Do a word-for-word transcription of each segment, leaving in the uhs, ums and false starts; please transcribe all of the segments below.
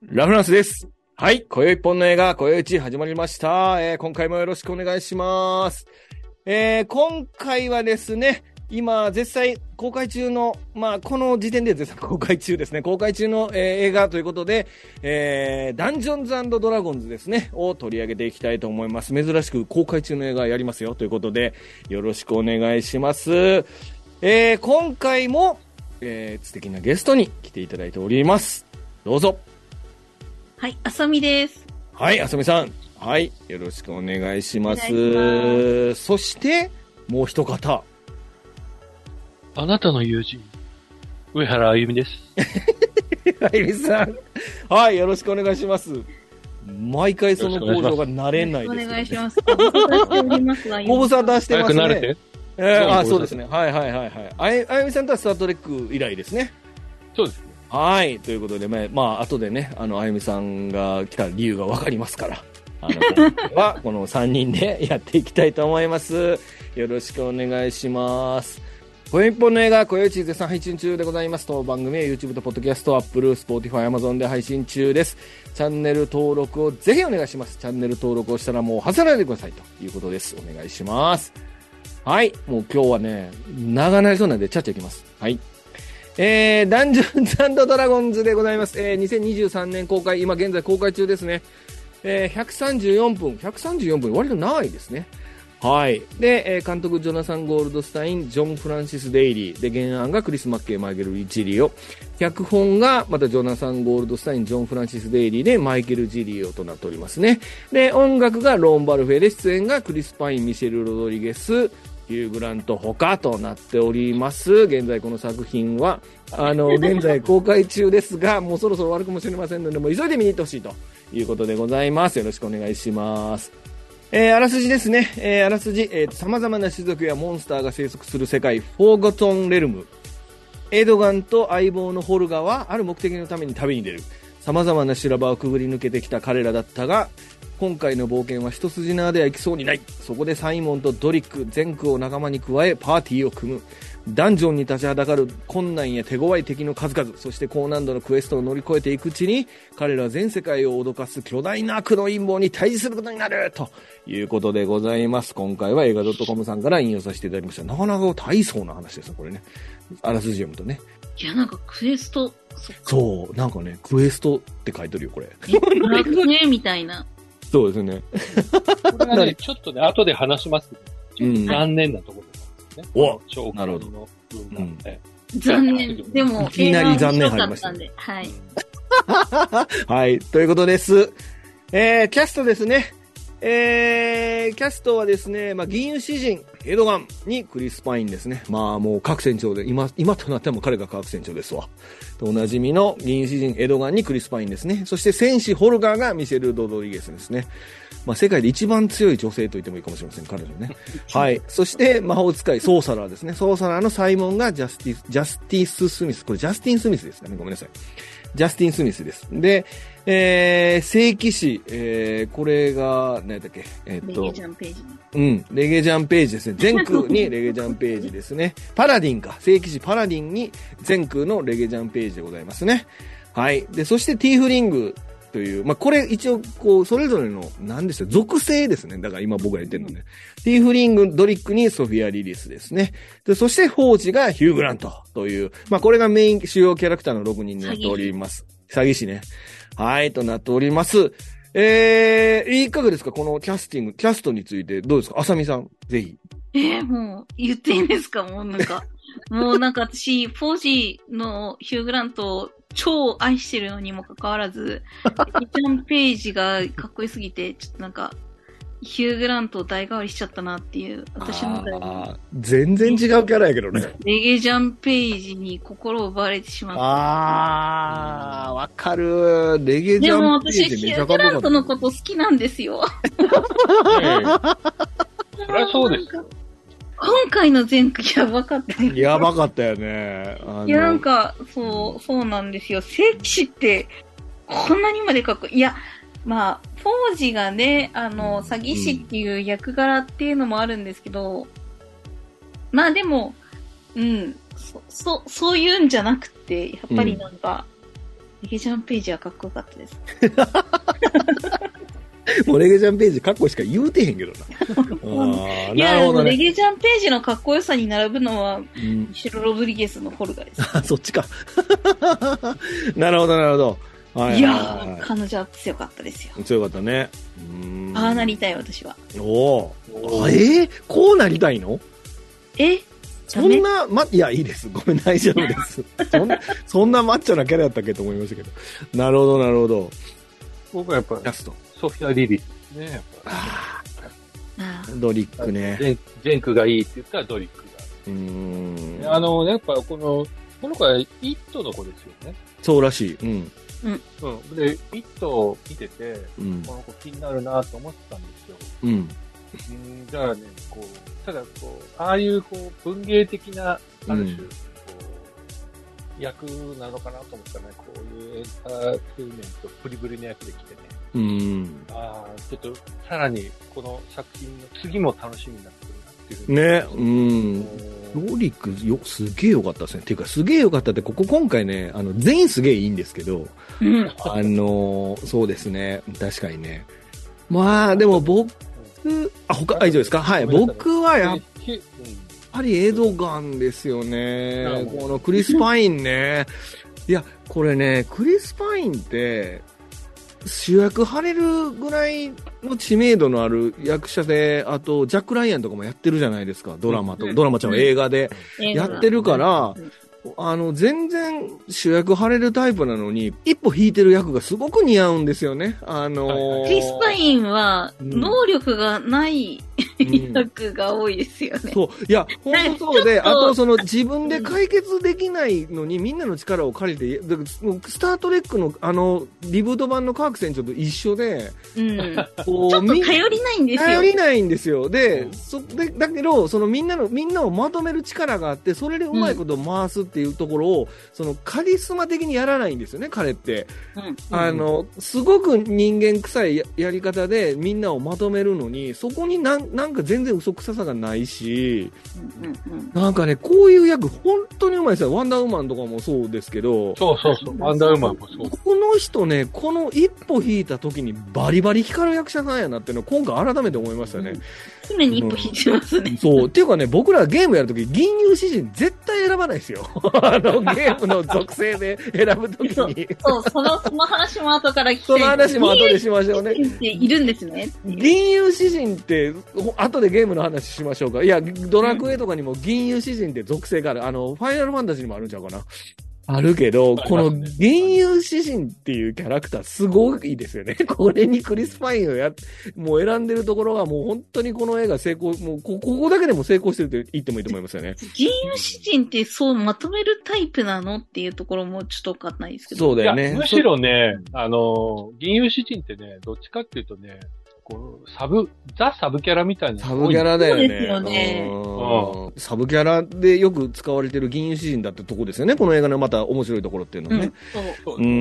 ラフランスです。はい。今宵一本の映画、今宵一始まりました。えー、今回もよろしくお願いします。えー、今回はですね、今、絶賛公開中の、まあ、この時点で絶賛公開中ですね。公開中の、えー、映画ということで、えー、ダンジョンズ&ドラゴンズですね、を取り上げていきたいと思います。珍しく公開中の映画やりますよ。ということで、よろしくお願いします。えー、今回も、えー、素敵なゲストに来ていただいております。どうぞ。 はい、あさみです。 はい、あさみさん。はい、よろしくお願いします。ますそして、もう一方。 あなたの友人、上原あゆみです。 あゆみさん。はい、よろしくお願いします。毎回その登場が慣れないです、ね。 お願いします。ご無沙汰してますね。 早く慣れて。 えー、あ、そうですね。はいはいはいはい。あゆ、あゆみさんとはスタートレック以来ですね。 そうですね。 はい。ということで、まあ、まあ、後でね、あの、あゆみさんが来た理由がわかりますから、あの、今回はこのさんにんでやっていきたいと思います。よろしくお願いします。今宵一本の映画、今宵一絶賛配信中でございます。当番組は YouTube と Podcast、Apple、Spotify、Amazon で配信中です。チャンネル登録をぜひお願いします。チャンネル登録をしたらもう外さないでくださいということです。お願いします。はい。もう今日はね、長なりそうなんで、ちゃっちゃいきます。はい。えー、ダンジョンズ&ドラゴンズでございます。えー、にせんにじゅうさんねん公開、今現在公開中ですね。えー、ひゃくさんじゅうよんぷん、ひゃくさんじゅうよんぷん、割と長いですね。はい。で、えー、監督、ジョナサン・ゴールドスタイン、ジョン・フランシス・デイリー。で、原案がクリス・マッケイ、マイケル・ジリオ。脚本が、またジョナサン・ゴールドスタイン、ジョン・フランシス・デイリーで、マイケル・ジリオとなっておりますね。で、音楽がローン・バルフェで、出演がクリス・パイン、ミシェル・ロドリゲス、ヒュー・グラント他となっております。現在この作品は、あの、現在公開中ですが、もうそろそろ終わるかもしれませんので、もう急いで見に行ってほしいということでございます。よろしくお願いします。えー、あらすじですね。えー、あらすじ、えー、様々な種族やモンスターが生息する世界、フォーゴトンレルム。エドガンと相棒のホルガは、ある目的のために旅に出る。様々な修羅場をくぐり抜けてきた彼らだったが、今回の冒険は一筋縄ではいきそうにない。そこでサイモンとドリック、ゼンクを仲間に加えパーティーを組む。ダンジョンに立ちはだかる困難や手強い敵の数々、そして高難度のクエストを乗り越えていくうちに、彼らは全世界を脅かす巨大な悪の陰謀に対峙することになるということでございます。今回は映画 .com さんから引用させていただきました。なかなか大層な話ですね、これね。あらすじ読むとね。 いや、なんかクエスト、 そ, そう、なんかね、クエストって書いてるよ、これ。 ドラクエみたいな。 そうですね。 これはね、ちょっとね、後で話しますけど、ちょっと残念なところなんですね。 お、なるほど。 の分があって、 うん、残念。でも、 いきなり残念入りましたね。はい。 はい、ということです。えー、キャストですね。えー、キャストはですね、まあ、銀融詩人、エドガンにクリス・パインですね。まあもう各船長で、今、今となっても彼が各船長ですわ。とおなじみの銀融詩人、エドガンにクリス・パインですね。そして戦士、ホルガーがミシェル・ロドリゲスですね。まあ世界で一番強い女性と言ってもいいかもしれません、彼女ね。はい。そして魔法使い、ソーサラーですね。ソーサラーのサイモンがジャスティス、ジャスティス・スミス。これジャスティン・スミスですかね。ごめんなさい。ジャスティン・スミスです。で、えー、聖騎士、えー、これが、何だっけ、えー、っと、 レゲジャンページ。 うん、レゲジャンページですね。全空にレゲジャンページですね。パラディンか。聖騎士パラディンに全空のレゲジャンページでございますね。はい。で、そしてティーフリングという、まあ、これ一応、こう、それぞれの、何でしょう、属性ですね。だから今僕が言ってるのね。ティーフリング、ドリックにソフィア・リリスですね。で、そしてフォージがヒュー・グラントという、まあ、これがメイン主要キャラクターのろくにんになっております。詐欺師ね。はい、となっております。えー、いかがですかこのキャスティング、キャストについてどうですかあさみさん、ぜひ。 えー、もう、言っていいんですかもうなんか、もうなんか私、フォージーのヒュー・グラントを超愛してるのにもかかわらず、レゲジャンページがかっこよすぎて、ちょっとなんか、ヒュー・グラントを代替わりしちゃったなっていう、私の中であ全然違うキャラやけどね。 レゲジャンページに心を奪われてしまった。 あー、わかる。レゲジャンページめちゃかっこよかった。でも私、 ヒュー・グラントのこと好きなんですよ。 そりゃそうですよ。 今回の前回やばかったよ。 やばかったよね。 あのいや、なんか、そう、そうなんですよ。聖騎士って、こんなにまでかっこいい。いや、まあ、フォージがね、あの、詐欺師っていう役柄っていうのもあるんですけど、うん、まあでも、うん、そ、そ、そういうんじゃなくて、やっぱりなんか、 レゲジャンページはかっこよかったです。 もうレゲジャンページかっこいいしか言うてへんけどな。 あいや、ね、レゲジャンページのかっこよさに並ぶのは、うん、ミシェル・ロドリゲスのホルガです。 あ、そっちか。なるほど、なるほど。 はい、いやー、彼女は強かったですよ。 強かったね。 うーん、ああなりたい、私は。 おお。えー、こうなりたいの？ えそんな、ま、いや、いいです。ごめん、大丈夫です。そんな、そんなマッチョなキャラやったっけと思いましたけど。なるほど、なるほど。 僕はやっぱ、 ラスト。 ソフィア・リリーですね。やっぱああ。ドリックね。 ジェン、ジェンクがいいって言ったらドリックが。 うーん。 あの、やっぱこの、この子はイットの子ですよね。 そうらしい。うん。 うん。 うん。で、イットを見てて、 うん、 この子気になるなと思ってたんですよ。 うん。 うん、じゃあね、こう、ただこう、ああいうこう、文芸的な、ある種、うん、こう、役なのかなと思ったらね、こういうエンターテイメント、プリブリの役で来てね。 うん。 ああ、ちょっと、さらに、この作品の次も楽しみになってくるなっていうふうに。 ね、うん。ロリック、よ、すげえ良かったですね。ていうか、すげえ良かったって、ここ今回ね、あの、全員すげえいいんですけど、 うん、 あの、そうですね。確かにね。まあ、でも僕、あ、他、あ、以上ですか？はい。僕はやっぱりエドガンですよね。このクリス・パインね。いや、これね、クリス・パインって、主役張れるぐらいの知名度のある役者で、あと、ジャック・ライアンとかもやってるじゃないですか。ドラマと、うん、ドラマちゃんは映画でやってるから、うん、あの、全然主役張れるタイプなのに、一歩引いてる役がすごく似合うんですよね。あのー、 クリス・パインは、能力がない、うん、役が多いですよね。 そう。いや、本当そうで、あとその自分で解決できないのにみんなの力を借りて、だからスタートレックのあの、リブート版のカーク船長と一緒で、 うん、こうちょっと頼りないんですよ。 頼りないんですよ。で、うん、そでだけど、そのみんなの、みんなをまとめる力があって、それでうまいことを回すっていうところを、うん、そのカリスマ的にやらないんですよね、彼って。うん、あの、すごく人間臭い や, やり方でみんなをまとめるのに、そこになんなんか全然嘘くささがないし、うんうんうん、なんかね、こういう役本当にうまいですよ。ワンダーウーマンとかもそうですけど。 そうそうそう。ワンダーウーマンもそう。 この人ね、この一歩引いた時にバリバリ光る役者さんやなっていうのを今回改めて思いましたね。 常、うん、に一歩引いてますね。 うん、そう。っていうかね、僕らゲームやるとき、銀融詩人絶対選ばないですよ。あの、ゲームの属性で選ぶときに。 そう、そうその、その話も後から聞きたい。 その話も後でしましょうね。 銀融詩人っているんですね。 銀融詩人って、後でゲームの話しましょうか。いや、ドラクエとかにも銀融詩人って属性がある。あの、ファイナルファンタジーにもあるんちゃうかな。あるけど、この銀融詩人っていうキャラクターすごいですよね。これにクリス・パインをや、もう選んでるところがもう本当にこの映画成功、もうここだけでも成功してると言ってもいいと思いますよね。 銀融詩人ってそうまとめるタイプなのっていうところもちょっとわかんないですけど。 そうだよね。 むしろね、あの、銀融詩人ってね、どっちかっていうとね、こうサブ、ザ・サブキャラみたいな。 サブキャラだよね。 そうですよね。 うん、サブキャラでよく使われてる銀融詩人だってとこですよね。この映画のまた面白いところっていうのはね。 うん、そう。 うん。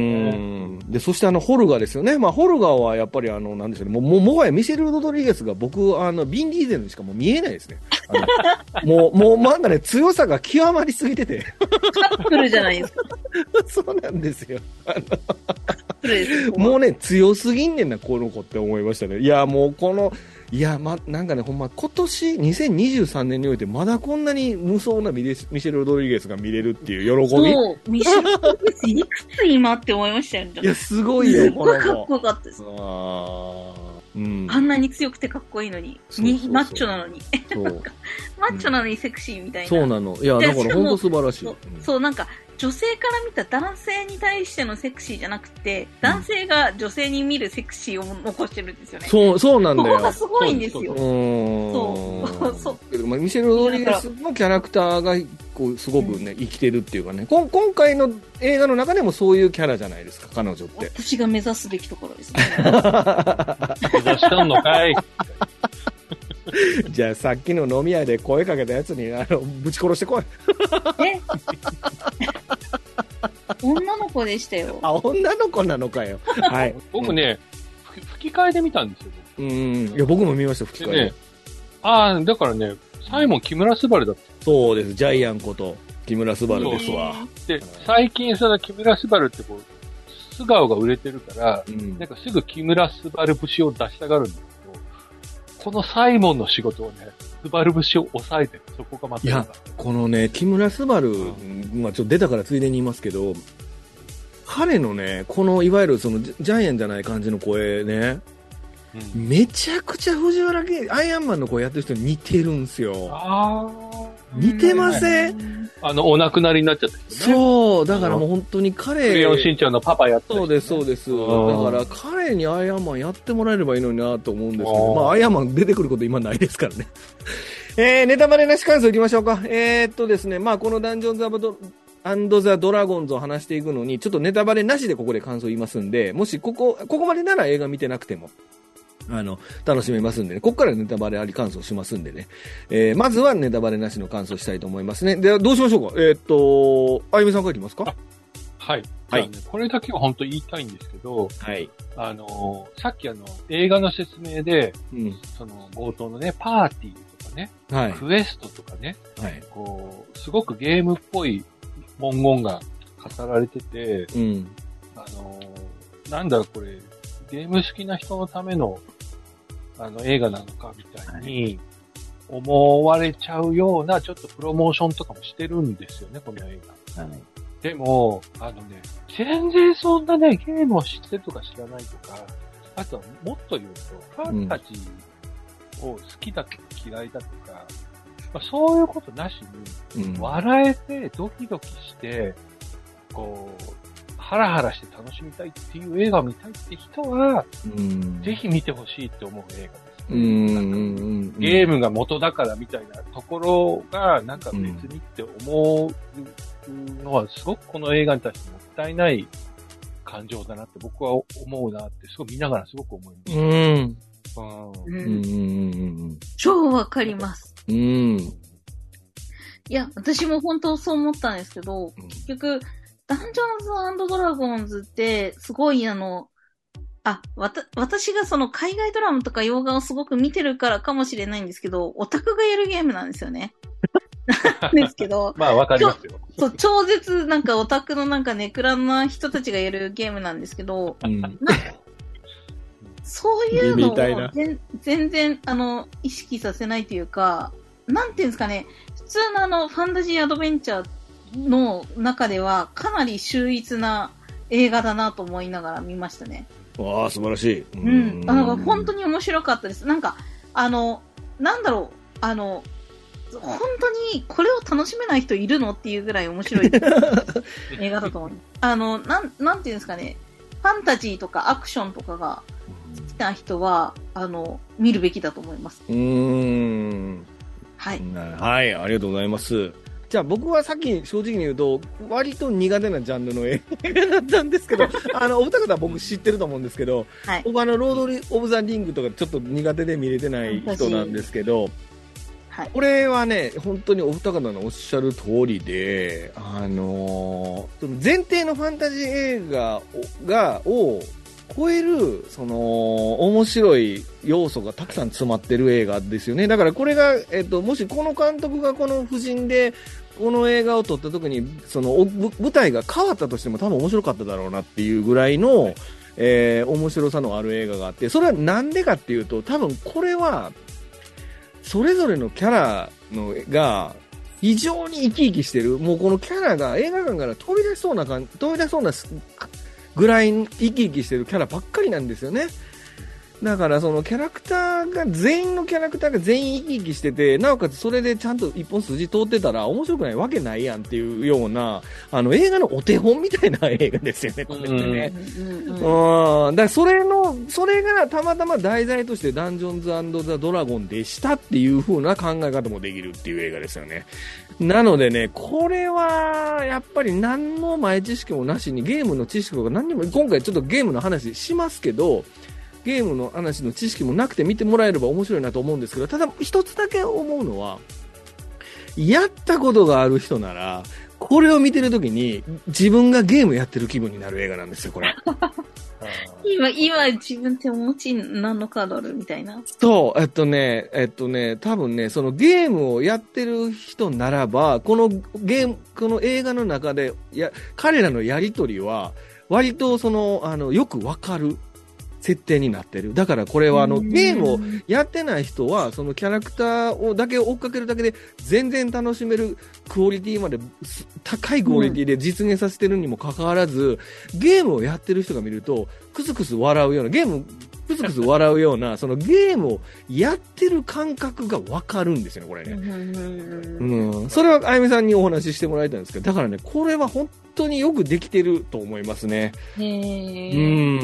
で、そしてあの、ホルガですよね。まあ、ホルガはやっぱりあの、なんでしょうね。もう、もはやミシェル・ロドリゲスが僕、あの、ビン・ディーゼルにしかもう見えないですね。あのもう、もう、まだね、強さが極まりすぎてて。 カップルじゃないですか。 そうなんですよ。あのもうね、強すぎんねんな、この子って思いましたね。いや、もうこの、いや、ま、なんかね、ほんま、今年、にせんにじゅうさんねんにおいて、まだこんなに無双なミレミシェル・ロドリゲスが見れるっていう喜び。 そう、ミシェル・ロドリゲスいくつ今って思いましたよね。 いや、すごいよ、 この子。すごいかっこよかったです。 あうん、 あんなに強くてかっこいいのに、そうそうそうにマッチョなのに。そうマッチョなのにセクシーみたいな。 そうなの。いや、だから本当素晴らしい。 そう、そう、なんか、女性から見た男性に対してのセクシーじゃなくて、男性が女性に見るセクシーを残してるんですよね。 そう、そうなんだよ。 そこがすごいんですよ。 そう。そう。まあ、ミシェル・ロドリゲスのキャラクターが、こう、すごくね、生きてるっていうかね、こ今回の映画の中でもそういうキャラじゃないですか、彼女って。 私が目指すべきところですね。 目指したのかい。 じゃあさっきの飲み屋で声かけたやつにあのぶち殺してこい。 え女の子でしたよ。 あ、女の子なのかよ。はい。 僕ね、うん、吹き替えで見たんですよ。 うん。いや、僕も見ました、吹き替えで。ね、 ああ、だからね、サイモン木村昴だった。 そうです、ジャイアンこと木村昴ですわ。 で、最近その木村昴ってこう、 素顔が売れてるから、 うん、 なんかすぐ木村昴節を出したがるんですけど、このサイモンの仕事をね、昴節を抑えてる。そこがまた。 いや、このね、木村昴、うん、まあちょっと出たからついでに言いますけど、彼のね、このいわゆるそのジャイアンじゃない感じの声ね、うん、めちゃくちゃ藤原系、アイアンマンの声やってる人に似てるんですよ。ああ。似てません？ あの、お亡くなりになっちゃった人ね。 そう、だからもう本当に彼。 クレヨンしんちゃんのパパやってた人、 ね。そうです、そうです。だから彼にアイアンマンやってもらえればいいのになと思うんですけど、まあアイアンマン出てくること今ないですからね。えー、ネタバレなし感想いきましょうか。えー、っとですね、まあこのダンジョンズ・アンド・ザ・ドラゴンズを話していくのに、ちょっとネタバレなしでここで感想言いますんで、もしここ、ここまでなら映画見てなくても、あの、楽しめますんでね。ここからネタバレあり感想しますんでね。えー、まずはネタバレなしの感想したいと思いますね。では、どうしましょうか。えー、っと、あゆみさんからいきますか。 はい。はい、ね。これだけは本当言いたいんですけど、 はい。 あの、さっきあの、映画の説明で、うん、その、冒頭のね、パーティーとかね、はい。クエストとかね、はい。こう、すごくゲームっぽい文言が語られてて、うん。あの、なんだろう、これ、ゲーム好きな人のための、あの、映画なのかみたいに思われちゃうような、ちょっとプロモーションとかもしてるんですよね、この映画。はい、でも、あのね、全然そんなね、ゲームを知ってるとか知らないとか、あとはもっと言うと、ファンタジーを好きだとか嫌いだとか、まあ、そういうことなしに、うん、笑えてドキドキして、こう、ハラハラして楽しみたいっていう映画を見たいって人は、うん、ぜひ見てほしいって思う映画です、ね。うん、ゲームが元だからみたいなところが、なんか別にって思うのは、すごくこの映画に対してもったいない感情だなって僕は思うなって、すごい見ながらすごく思いました。うんうんうん、超わかります。うん、いや、私も本当そう思ったんですけど、結局、ダンジョンズ&ドラゴンズって、すごいあの、あ、わた、私がその海外ドラマとか洋画をすごく見てるからかもしれないんですけど、オタクがやるゲームなんですよね。なんですけど。 まあわかりますよ。 そう、超絶なんかオタクのなんかネクラな人たちがやるゲームなんですけど、うん、なんかそういうのを全然あの、意識させないというか、なんていうんですかね、普通のあの、ファンタジーアドベンチャーの中ではかなり秀逸な映画だなと思いながら見ましたね。 わあ、素晴らしい。 うん。あの、本当に面白かったです。なんか、あの、なんだろう、あの、本当にこれを楽しめない人いるのっていうぐらい面白い映画だと思う。あの、なん、なんていうんですかね、ファンタジーとかアクションとかが好きな人は、あの、見るべきだと思います。うーん。はい。はい、ありがとうございます。じゃあ僕はさっき正直に言うと、割と苦手なジャンルの映画だったんですけど、あの、お二方は僕知ってると思うんですけど、はい、僕あの、ロード・オブ・ザ・リングとかちょっと苦手で見れてない人なんですけど、はい、これはね、本当にお二方のおっしゃる通りで、あのー、その前提のファンタジー映画が、を超える、その、面白い要素がたくさん詰まってる映画ですよね。だからこれが、えっと、もしこの監督がこの夫人で、この映画を撮った時に、その、舞台が変わったとしても多分面白かっただろうなっていうぐらいの、えー、面白さのある映画があって、それはなんでかっていうと、多分これは、それぞれのキャラのが、非常に生き生きしてる。もうこのキャラが映画館から飛び出しそうな感じ、飛び出しそうなぐらい生き生きしてるキャラばっかりなんですよね。だからそのキャラクターが全員のキャラクターが全員生き生きしてて、なおかつそれでちゃんと一本筋通ってたら面白くないわけないやんっていうような、あの映画のお手本みたいな映画ですよね、これってね。うん。だからそれの、それがたまたま題材としてダンジョンズ&ザ・ドラゴンでしたっていう風な考え方もできるっていう映画ですよね。なのでね、これは、やっぱり何の前知識もなしにゲームの知識とか何にも、今回ちょっとゲームの話しますけど、ゲームの話の知識もなくて見てもらえれば面白いなと思うんですけど、ただ一つだけ思うのは、やったことがある人なら、これを見てるときに自分がゲームやってる気分になる映画なんですよ、これ。 今、今自分ってお持ち何のカードあるみたいな。 そう、えっとね、えっとね、多分ね、そのゲームをやってる人ならば、このゲーム、この映画の中で、や、彼らのやりとりは、 割とその、あの、よくわかる設定になってる。だからこれはあの、ゲームをやってない人は、そのキャラクターをだけ追っかけるだけで全然楽しめるクオリティまで、高いクオリティで実現させてるにもかかわらず、ゲームをやってる人が見ると、クスクス笑うような、ゲーム、クスクス笑うような、そのゲームをやってる感覚がわかるんですよね、これね。うん。それはあゆみさんにお話ししてもらいたいんですけど、だからね、これは本当によくできてると思いますね。 へー。 うん。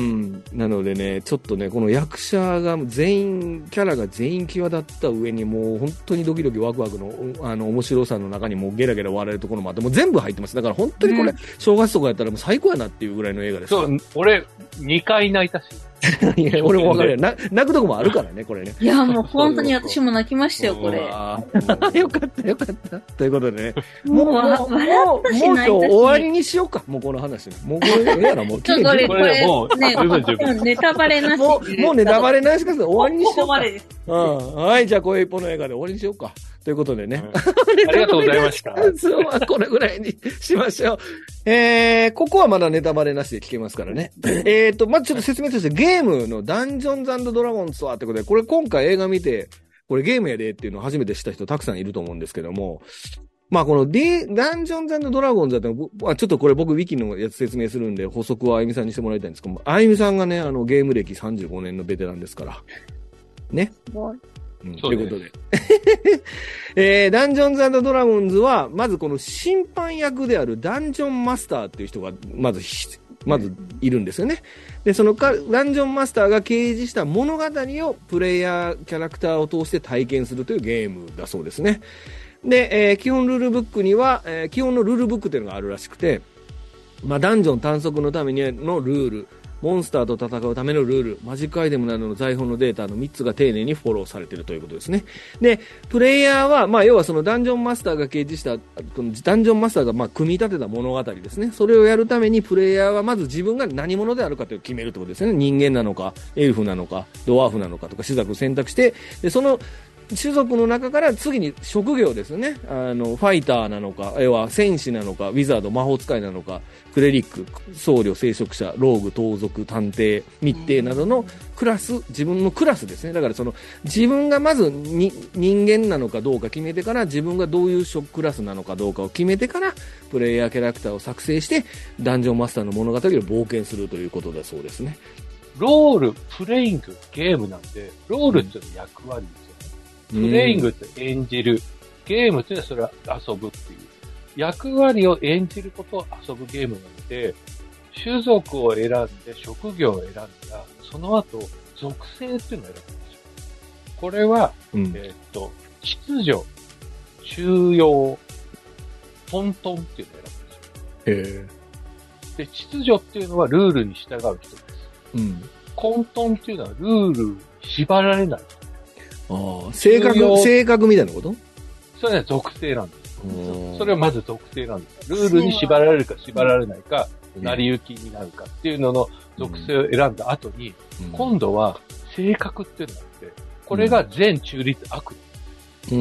なのでね、ちょっとね、この役者が全員、キャラが全員際立った上に、もう本当にドキドキワクワクの、あの、面白さの中にもうゲラゲラ笑えるところもあって、もう全部入ってます。だから本当にこれ、うん、正月とかやったらもう最高やなっていうぐらいの映画です。 そう、俺、にかい泣いたし。 いや、俺もわかるよ。な泣くとこもあるからね、これね。 いや、もう本当に私も泣きましたよ、これ。 よかった、よかった。ということでね。 もう、笑ったし泣いたし。 もう今日終わりにしようか、もうこの話。もうこれ、やらもう綺麗に。これ、もう、ね、ネタバレなし。 もう、もうネタバレなしか終わりにしようか。 ここまでです。 うん。はい、じゃあ、こういう一本の映画で終わりにしようか。ということでね。 うん、ありがとうございました。 そうはこれぐらいにしましょう。えー、ここはまだネタバレなしで聞けますからね。えーと、まずちょっと説明として、ゲームのダンジョンズ&ドラゴンズはってことで、これ今回映画見て、これゲームやでっていうのを初めて知った人たくさんいると思うんですけども、まあこの D、ダンジョンズ&ドラゴンズだって、ちょっとこれ僕ウィキのやつ説明するんで、補足はあゆみさんにしてもらいたいんですけども、あゆみさんがね、あのゲーム歴さんじゅうごねんのベテランですから。ね。うん、ということで。えー、ダンジョンズ&ドラゴンズは、まずこの審判役であるダンジョンマスターっていう人が、まず、まずいるんですよね。で、そのか、ダンジョンマスターが掲示した物語をプレイヤーキャラクターを通して体験するというゲームだそうですね。で、えー、基本ルールブックには、えー、基本のルールブックっていうのがあるらしくて、まあ、ダンジョン探索のためのルール、モンスターと戦うためのルール、マジックアイテムなどの財宝のデータのみっつが丁寧にフォローされているということですね。で、プレイヤーは、まあ、要はそのダンジョンマスターが掲示した、このダンジョンマスターがまあ組み立てた物語ですね。それをやるためにプレイヤーはまず自分が何者であるかという決めるということですね。人間なのか、エルフなのか、ドワーフなのかとか、種族を選択して、で、その、種族の中から次に職業ですよね。あの、ファイターなのか、要は戦士なのか、ウィザード、魔法使いなのか、クレリック、僧侶、聖職者、ローグ、盗賊、探偵、密偵などのクラス、自分のクラスですね。だからその、自分がまずに人間なのかどうか決めてから、自分がどういう職クラスなのかどうかを決めてから、プレイヤーキャラクターを作成して、ダンジョンマスターの物語を冒険するということだそうですね。 ロール、プレイング、ゲームなんで、ロールっていうのは役割ですよね。プレイングって演じる。ゲームってそれは遊ぶっていう。役割を演じることを遊ぶゲームなので、種族を選んで、職業を選んだら、その後、属性っていうのを選ぶんですよ。これは、うん、えー、っと、秩序、中庸、トントンっていうのを選ぶんですよ。へー。で、秩序っていうのはルールに従う人です。うん。混沌っていうのはルールに縛られない人。 ああ、性格、性格みたいなこと？ それは属性なんです。それはまず属性なんです。ルールに縛られるか縛られないか、成り行きになるかっていうのの属性を選んだ後に、うん、今度は性格っていうのがあって、これが善中立悪。うん。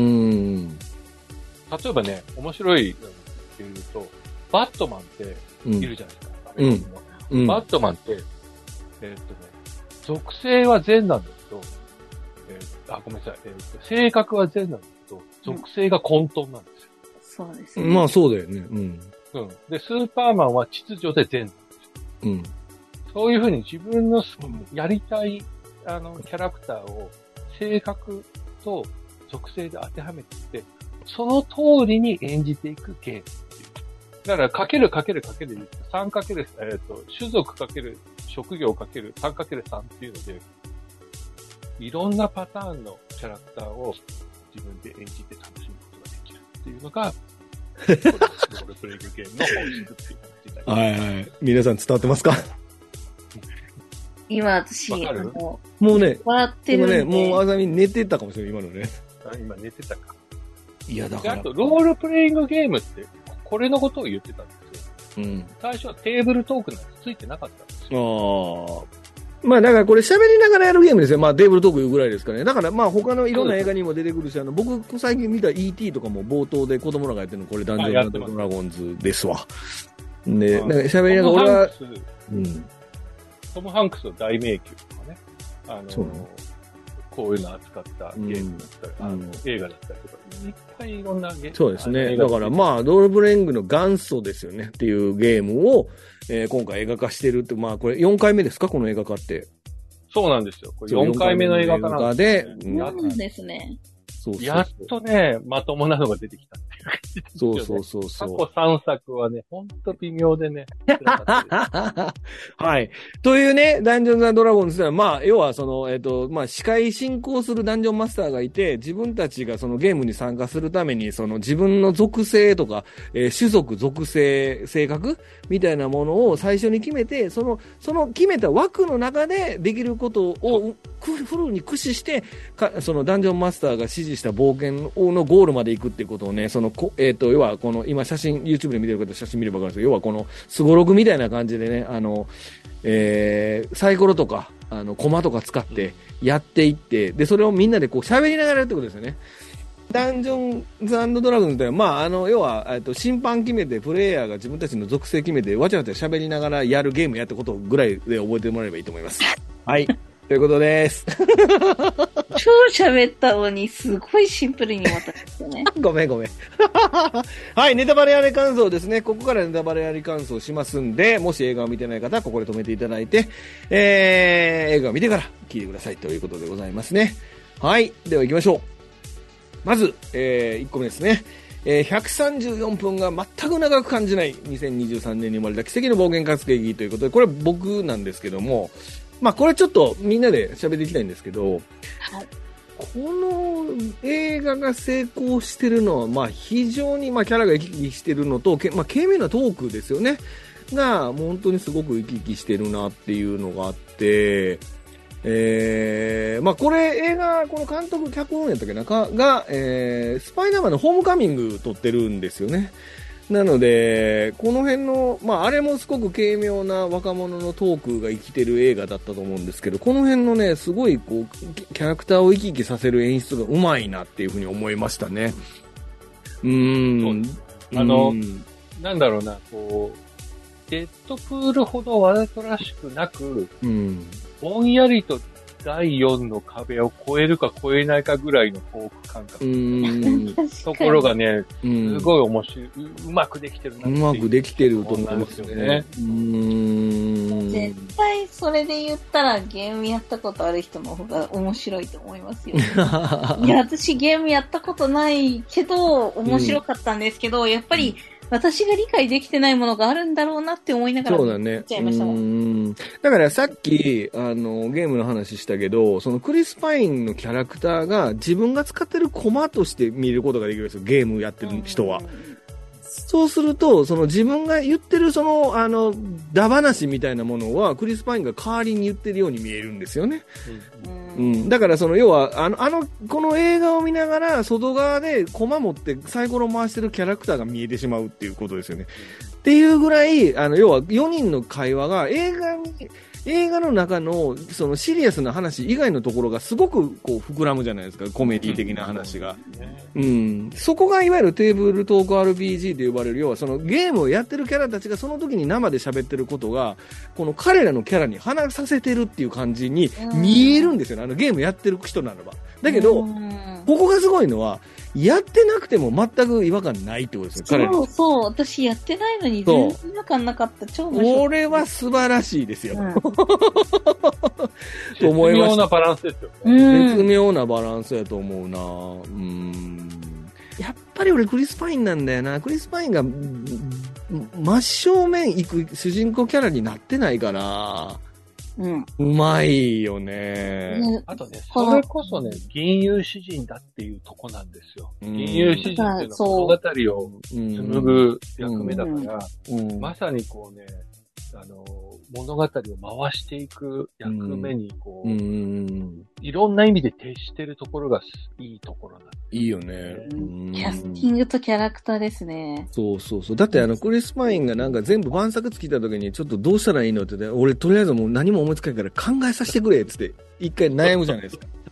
例えばね、面白いっていうと、バットマンっているじゃないですか。うん、うん、バットマンって、えー、っとね、属性は善なんだけど、あ、ごめんなさい。えー、と性格は善なんだけど、属性が混沌なんですよ。そうですね。 まあそうだよね。うん。 うん。で、スーパーマンは秩序で善なんですよ。うん。そういうふうに自分のやりたい、あの、キャラクターを性格と属性で当てはめていって、その通りに演じていくゲームっていう。だから、かけるかけるかけるさんかける、えっ、ー、と、種族かける職業かけるさんかけるさんっていうので、いろんなパターンのキャラクターを自分で演じて楽しむことができるっていうのが、ロールプレイングゲームの本質っていう感じで。 はいはい。皆さん伝わってますか？ 今私、あの、 もうね、 笑ってるんで。 もうね、もうあざみ寝てたかもしれない、今のね。 あ、今寝てたか。 いや、だから。 あと、ロールプレイングゲームって、これのことを言ってたんですよ。うん。最初はテーブルトークなんてついてなかったんですよ。ああ。 まあだからこれ喋りながらやるゲームですよ。まあテーブルトークいうぐらいですからね。だからまあ他のいろんな映画にも出てくるし、あの僕最近見た イーティー とかも冒頭で子供らがやってるのこれダンジョンズ&ドラゴンズですわ。 で、なんか喋りながら俺は、うん。 トム・ハンクスの大迷宮とかね。あの、 そうね、 こういうの扱ったゲームだったり、うん、あの映画だったりとか、いっぱいいろんなゲーム。 そうですね。だからまあ、ドルブレングの元祖ですよねっていうゲームを、えー、今回映画化してるって、まあこれよんかいめですかこの映画化って。 そうなんですよ。これよんかいめの映画化なんです、 ね。そうですね。 そうそうそうやっとね、まともなのが出てきたっていう感じですよね。 そうそうそうそう。 過去さんさくはね、ほんと微妙でね。 はい。というね、ダンジョンズ&ドラゴンズでは、まあ、要はその、えっ、ー、と、まあ、司会進行するダンジョンマスターがいて、自分たちがそのゲームに参加するために、その自分の属性とか、えー、種族、属性、性格みたいなものを最初に決めて、その、その決めた枠の中でできることをフルに駆使して、かそのダンジョンマスターが指示した冒険のゴールまで行くっていうことをね、その、えっ、ー、と、要はこの、今写真、YouTube で見てる方写真見ればわかるんですけど、要はこの、スゴログみたいな感じでね、あの、えー、サイコロとか、あの、コマとか使ってやっていって、で、それをみんなでこう喋りながらやるってことですよね。ダンジョンズ&ドラゴンズでは、まあ、あの、要は、えっと、審判決めて、プレイヤーが自分たちの属性決めて、わちゃわちゃ喋りながらやるゲームやったことぐらいで覚えてもらえばいいと思います。はい。ということです。 超喋ったのに、すごいシンプルに渡したね。 ごめんごめん。はい、ネタバレあり感想ですね。ここからネタバレあり感想しますんで、もし映画を見てない方はここで止めていただいて、えー、映画を見てから聞いてくださいということでございますね。はい、では行きましょう。まず、えー、いっこめですね。えー、ひゃくさんじゅうよんぷんが全く長く感じないにせんにじゅうさんねんに生まれた奇跡の冒険活劇ということで、これ僕なんですけども、まあこれちょっとみんなで喋っていきたいんですけど、はい、この映画が成功してるのは、まあ非常にまあキャラが生き生きしてるのと、まあ軽妙なトークですよね。が、もう本当にすごく生き生きしてるなっていうのがあって、えー、まあこれ映画、この監督脚本やったっけなかが、えー、スパイダーマンのホームカミング撮ってるんですよね。なので、この辺の、まああれもすごく軽妙な若者のトークが生きてる映画だったと思うんですけど、この辺のね、すごいこう、キャラクターを生き生きさせる演出がうまいなっていうふうに思いましたね。うーん。 あの、うん、なんだろうな、こう、デッドプールほどわざとらしくなく、うん、ぼんやりとだいよんの壁を越えるか越えないかぐらいのトーク感覚。うーんところがね、すごい面白い、うまくできてるなっていう。 うまくできてると思いますよね。うーん絶対それで言ったらゲームやったことある人の方が面白いと思いますよ。いや、私ゲームやったことないけど、面白かったんですけど、うん、やっぱり、私が理解できてないものがあるんだろうなって思いながら、 そうだね。 ちゃいましたもん。 うんだからさっき、あの、ゲームの話したけど、そのクリス・パインのキャラクターが自分が使ってるコマとして見ることができるんですよ、ゲームやってる人は。そうすると、その自分が言ってるその、あの、だ話みたいなものは、クリス・パインが代わりに言ってるように見えるんですよね。うん。うん、だからその、要は、あの、あの、この映画を見ながら、外側でコマ持ってサイコロ回してるキャラクターが見えてしまうっていうことですよね。っていうぐらい、あの、要はよにんの会話が映画に、映画の中のそのシリアスな話以外のところがすごくこう膨らむじゃないですか、コメディ的な話が。うん。そこがいわゆるテーブルトーク アールピージー と呼ばれる、要はそのゲームをやってるキャラたちがその時に生で喋ってることが、この彼らのキャラに話させてるっていう感じに見えるんですよね、あのゲームやってる人ならば。だけど、ここがすごいのは、やってなくても全く違和感ないってことですよ、彼ら。 そうそう、私やってないのに全然違和感なかった。超面白い。 これは素晴らしいですよ。うん、 と思いました。絶妙なバランスですよね。 絶妙なバランスやと思うな。うん。やっぱり俺クリス・パインなんだよな。クリス・パインが真正面行く主人公キャラになってないから。うん、うまいよね。 あとね、それこそね、銀融詩人だっていうとこなんですよ。うん、銀融詩人っていうのは物語を紡ぐ役目だから、うんうん、まさにこうね、あの、物語を回していく役目に、こう、うん、いろんな意味で徹してるところがいいところなんです。 いいよね。 キャスティングとキャラクターですね。 そうそうそう。だってあの、クリス・パインがなんか全部晩作尽きた時に、ちょっとどうしたらいいのって言って、俺とりあえずもう何も思いつかないから考えさせてくれっつって、一回悩むじゃないですか。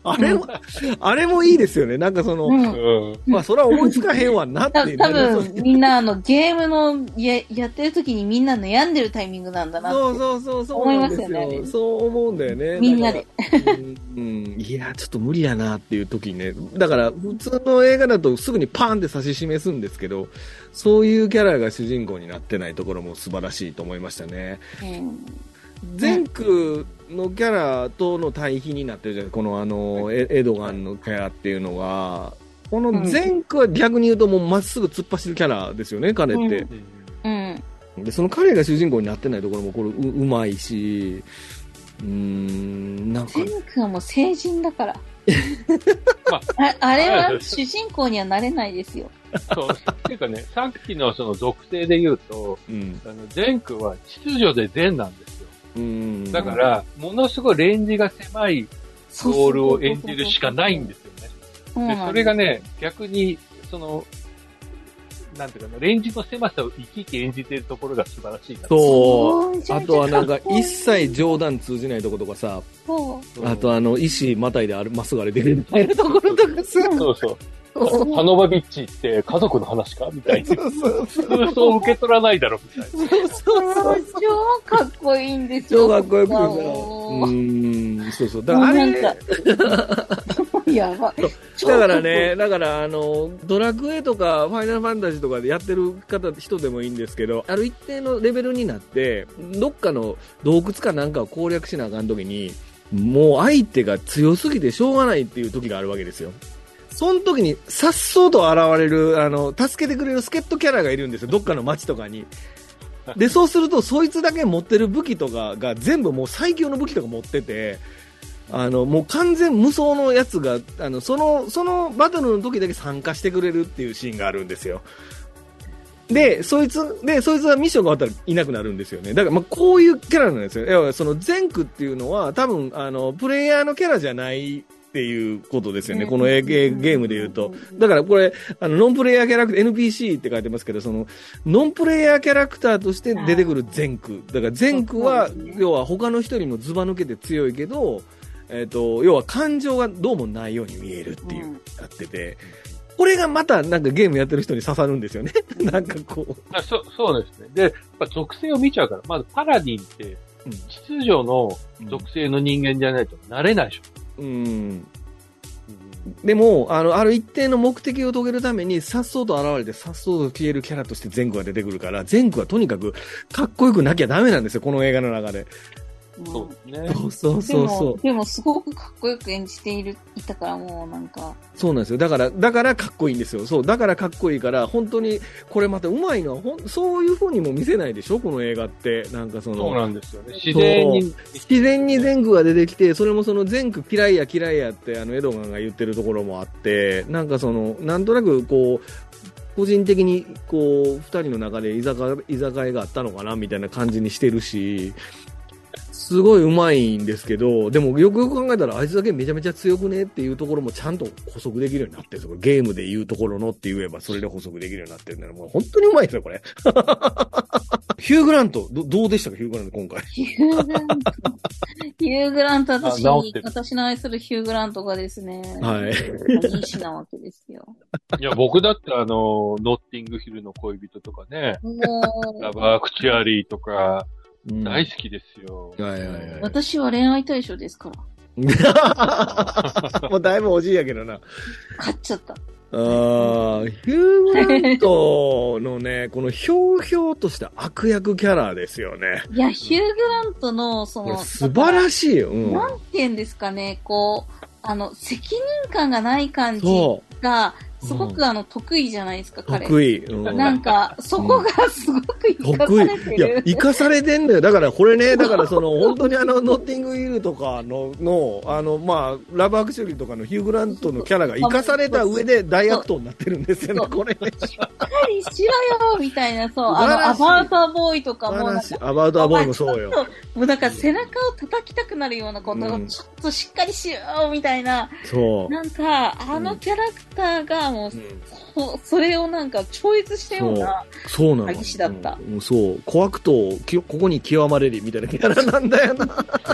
あれも、あれもいいですよね。なんかその、 うん。 うん。 まあ、それは思いつかへんわなってた多分、みんなあの、ゲームのや、やってる時にみんな悩んでるタイミングなんだなって。 そうそうそうそうなんですよ。 思いますよねそう思うんだよね。 みんなで。 うん、うんいや、ちょっと無理やなっていう時にね。だから、普通の映画だとすぐにパーンって指し示すんですけど、そういうキャラが主人公になってないところも素晴らしいと思いましたね。 うんゼンクのキャラとの対比になってるじゃないですか。このあの、エエドガンのキャラっていうのが、このゼンクは逆に言うともうまっすぐ突っ走るキャラですよね、彼って。 うん。 で、その彼が主人公になってないところもこれう、うまいし、うーん、なんかゼ。ンクはもう成人だから。 まああれは主人公にはなれないですよ。 そう。っていうかね、さっきのその属性で言うと、 うん。 あの、ゼンクは秩序で善なんですよ。 うん。 だから、ものすごいレンジが狭いロールを演じるしかないんですよね。で、 そうなんですそれがね、逆に、その、なんていうかな、レンジの狭さを生き生き演じているところが素晴らしいな。 そう。 そうあとはなんか、一切冗談通じないとことかさ、 そう。 あとあの、石またいである、まっすぐ歩いてるみたいなところとかさ。 そうそう。ハノバビッチって家族の話かみたいな。 そうそうそう。 普通そう受け取らないだろ、みたいな。 そうそうそう。 超かっこいいんですよ。 超かっこよくてさ。うもうーん、そうそう。だからあれ、 もうなんかやばい。 だからね、だからあの、ドラクエとかファイナルファンタジーとかでやってる方、人でもいいんですけど、ある一定のレベルになって、どっかの洞窟かなんかを攻略しなあかんときに、もう相手が強すぎてしょうがないっていう時があるわけですよ。その時に、さっそうと現れる、あの、助けてくれる助っ人キャラがいるんですよ。どっかの街とかに。で、そうすると、そいつだけ持ってる武器とかが全部もう最強の武器とか持ってて、あの、もう完全無双のやつが、あの、その、そのバトルの時だけ参加してくれるっていうシーンがあるんですよ。で、そいつ、で、そいつはミッションが終わったらいなくなるんですよね。だから、まあ、こういうキャラなんですよ。要は、その、ゼンクっていうのは、多分、あの、プレイヤーのキャラじゃないっていうことですよね。このゲゲームで言うと。だから、これ、あの、ノンプレイヤーキャラクター、エヌピーシー って書いてますけど、その、ノンプレイヤーキャラクターとして出てくるゼンク。だから、ゼンクは、要は、他の人にもズバ抜けて強いけど、えっと、要は、感情がどうもないように見えるっていう、やってて、これがまたなんかゲームやってる人に刺さるんですよね。なんかこう。 あそそうですね。で、やっぱ属性を見ちゃうから、まずパラディンって、秩序の属性の人間じゃないとなれないでしょ。 うん。うん、でも、あの、ある一定の目的を遂げるために、さっそうと現れて、さっそうと消えるキャラとしてゼンクが出てくるから、ゼンクはとにかくかっこよくなきゃダメなんですよ、この映画の中で。 そうですね。 そうそうそうそう。 でも、でもすごくかっこよく演じている、いたからもうなんか。 そうなんですよ。だから、だからかっこいいんですよ。そう、だからかっこいいから、本当に、これまたうまいのは、ほん、そういう風にも見せないでしょこの映画って。なんかその。 そうなんですよね。自然に。 自然にゼンクが出てきて、それもそのゼンク嫌いや嫌いやって、あの、エドガンが言ってるところもあって、なんかその、なんとなくこう、個人的にこう、二人の中で居酒屋、居酒屋があったのかなみたいな感じにしてるし、すごいうまいんですけど、でもよくよく考えたらあいつだけめちゃめちゃ強くねっていうところもちゃんと補足できるようになってるんですよ。ゲームで言うところのって言えばそれで補足できるようになってるんだから、もう本当にうまいですよ、これ。ヒュー・グラント、ど、どうでしたか、ヒュー・グラント今回。 ヒュー・グラント。ヒュー・グラント、私あ治って、る私の愛するヒュー・グラントがですね、 はい。 いい詩なわけですよ。 いや、僕だってあの、ノッティングヒルの恋人とかね、 もラバークチュアリーとか、 うん、 大好きですよ。 はいはいはい。 私は恋愛対象ですから。 もうだいぶおじいやけどな。 勝っちゃった。 ああ、ヒュー・グラントのね、このひょうひょうとした悪役キャラですよね。 いや、ヒュー・グラントの、その、 素晴らしいよ。うん、 なんて言うんですかね、こう、あの、責任感がない感じが、すごくあの、得意じゃないですか、彼。 得意。うん、 なんか、そこがすごく生かされてる。 いや、生かされてんだよ。だからこれね、だからその、本当にあの、ノッティングヒルとかの、の、あの、まあ、ラブアクションリーとかのヒュー・グラントのキャラが生かされた上で大悪党になってるんですよね、これね。 しっかりしろよみたいな、そう、あの、アバウトアボーイとかもなんか。 アバウトアボーイもそうよ。 もうだから背中を叩きたくなるようなことをちょっとしっかりしようみたいな。 そう。 なんか、あのキャラクターがもう、うん、それをなんか超越したような、 そうなの。 激しだった。 うん、そう。小悪党、ここに極まれりみたいなキャラなんだよな。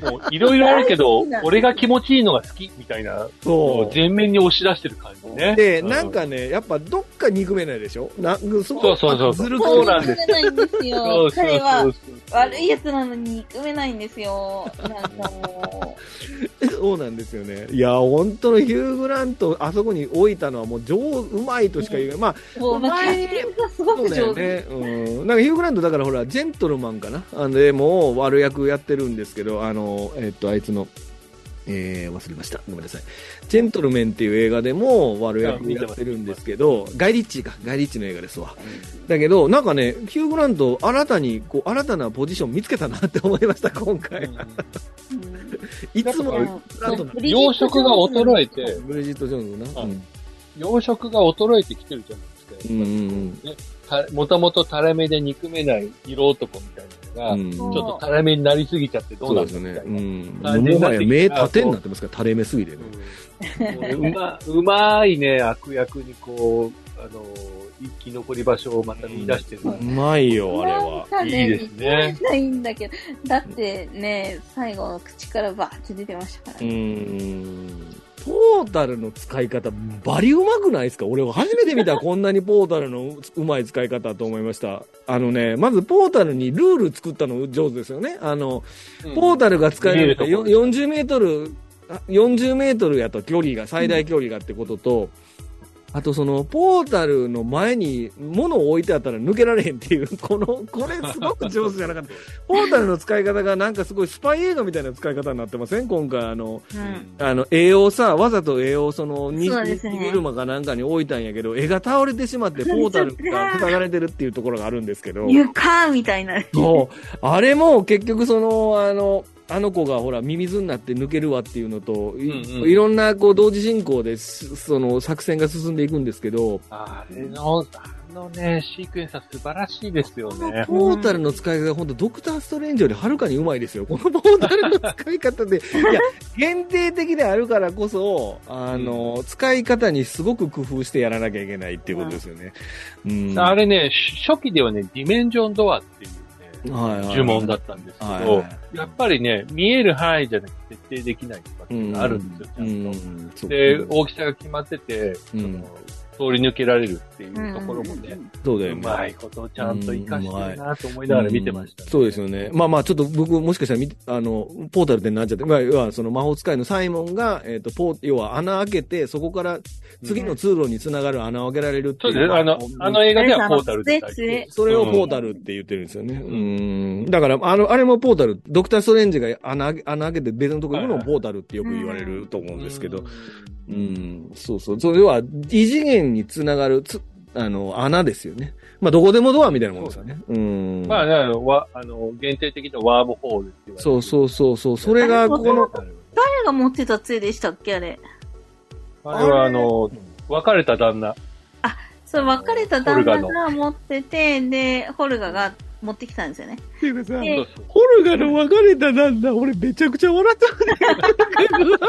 もういろいろあるけど、俺が気持ちいいのが好きみたいな、 そう。 前面に押し出してる感じね。 で、なんかね、やっぱどっか憎めないでしょな、 そうそうそう。 ずるそうなんです。 憎めないんですよ。 そうそう彼はそう悪いやつなのに憎めないんですよ。なんかもう。そうなんですよね。いや、本当のヒュー・グラント、あそこに置いたのはもう上、うまいとしか言えない。まあ、 もう、まあ、キャスティングがすごく上手。 ね。うん。なんかヒュー・グラントだからほら、ジェントルマンかなあの、でもう悪役やってるんですけど、あの、えっと、あいつの、えー、忘れました。ごめんなさい。ジェントルメンっていう映画でも悪役やってるんですけど、ガイリッチーか。ガイリッチーの映画ですわ。だけど、なんかね、ヒュー・グラント、新たに、こう、新たなポジション見つけたなって思いました、今回。いつも、 養殖が衰えて、 ブリジット・ジョーンズな。 養殖が衰えてきてるじゃないですか。うんうんうん。もともと垂れ目で憎めない色男みたいな。が、うん、ちょっと垂れ目になりすぎちゃってどうなんですかね。うん。 もはや目縦になってますから、垂れ目すぎてね。 うん、うま、うまいね、悪役にこう、あの、生き残り場所をまた見出してる。 うまいよ、あれは。 ね、 いいですね。 ないんだけど、だってね、最後口からバーって出てましたからね。うーん。 ポータルの使い方、バリうまくないですか？俺は初めて見たこんなにポータルのうまい使い方と思いました。あのね、まずポータルにルール作ったの上手ですよね。あの、うん、ポータルが使えるのがよんじゅうメートル、よんじゅうメートルやと距離が、最大距離がってことと、うん、あとその、ポータルの前に物を置いてあったら抜けられへんっていう、この、これすごく上手じゃなかった。ポータルの使い方がなんかすごいスパイ映画みたいな使い方になってません？今回あの、うん、あの、絵をさ、わざと絵をその、に、荷車かなんかに置いたんやけど、絵が倒れてしまってポータルが塞がれてるっていうところがあるんですけど。 床みたいな。 そう。あれも結局その、あの、あの子がほらミミズになって抜けるわっていうのと、うんうん、い, いろんなこう同時進行でその作戦が進んでいくんですけど、 あれのあのねシークエンスは素晴らしいですよね。 ポータルの使い方が本当ドクターストレンジよりはるかにうまいですよ。このポータルの使い方でいや限定的であるからこそあの、うん、使い方にすごく工夫してやらなきゃいけないっていうことですよね。うんうん、 あれね初期ではねディメンジョンドアっていうはいはい、呪文だったんですけど、はいはい、やっぱりね、見える範囲じゃなくて設定できないとかっていうのがあるんですよ、ちゃんと。うん、で、大きさが決まってて、うん、その通り抜けられるっていうところもね、 そうだよね。 うまいことをちゃんと活かしてるなと思いながら見てました、ねうん、そうですよね。まあまあ、ちょっと僕もしかしたらみ、あの、ポータルってなっちゃって、まあ、要はその魔法使いのサイモンが、えっ、ー、と、ポー、要は穴開けて、そこから次の通路につながる穴を開けられるっていう。 そうですね。あの、あの映画ではポータルって書いてそれをポータルって言ってるんですよね。うん。うんだから、あの、あれもポータル、ドクターストレンジが穴、穴開けて別のところに行くのもポータルってよく言われると思うんですけど、うん、うんそうそう。それは異次元につながる、つあの、穴ですよね。まあ、どこでもドアみたいなもんですよね。うん。 まあね、あの、わ、あの、限定的なワームホールって言われる。 そうそうそうそう。それが、この、 誰が持ってた杖でしたっけ、あれ。 あれは、あの、別れた旦那。 あ、そう、別れた旦那が持ってて、で、ホルガが持ってきたんですよね。 っていうかさ、ホルガの別れた旦那、俺めちゃくちゃ笑ったんだけど。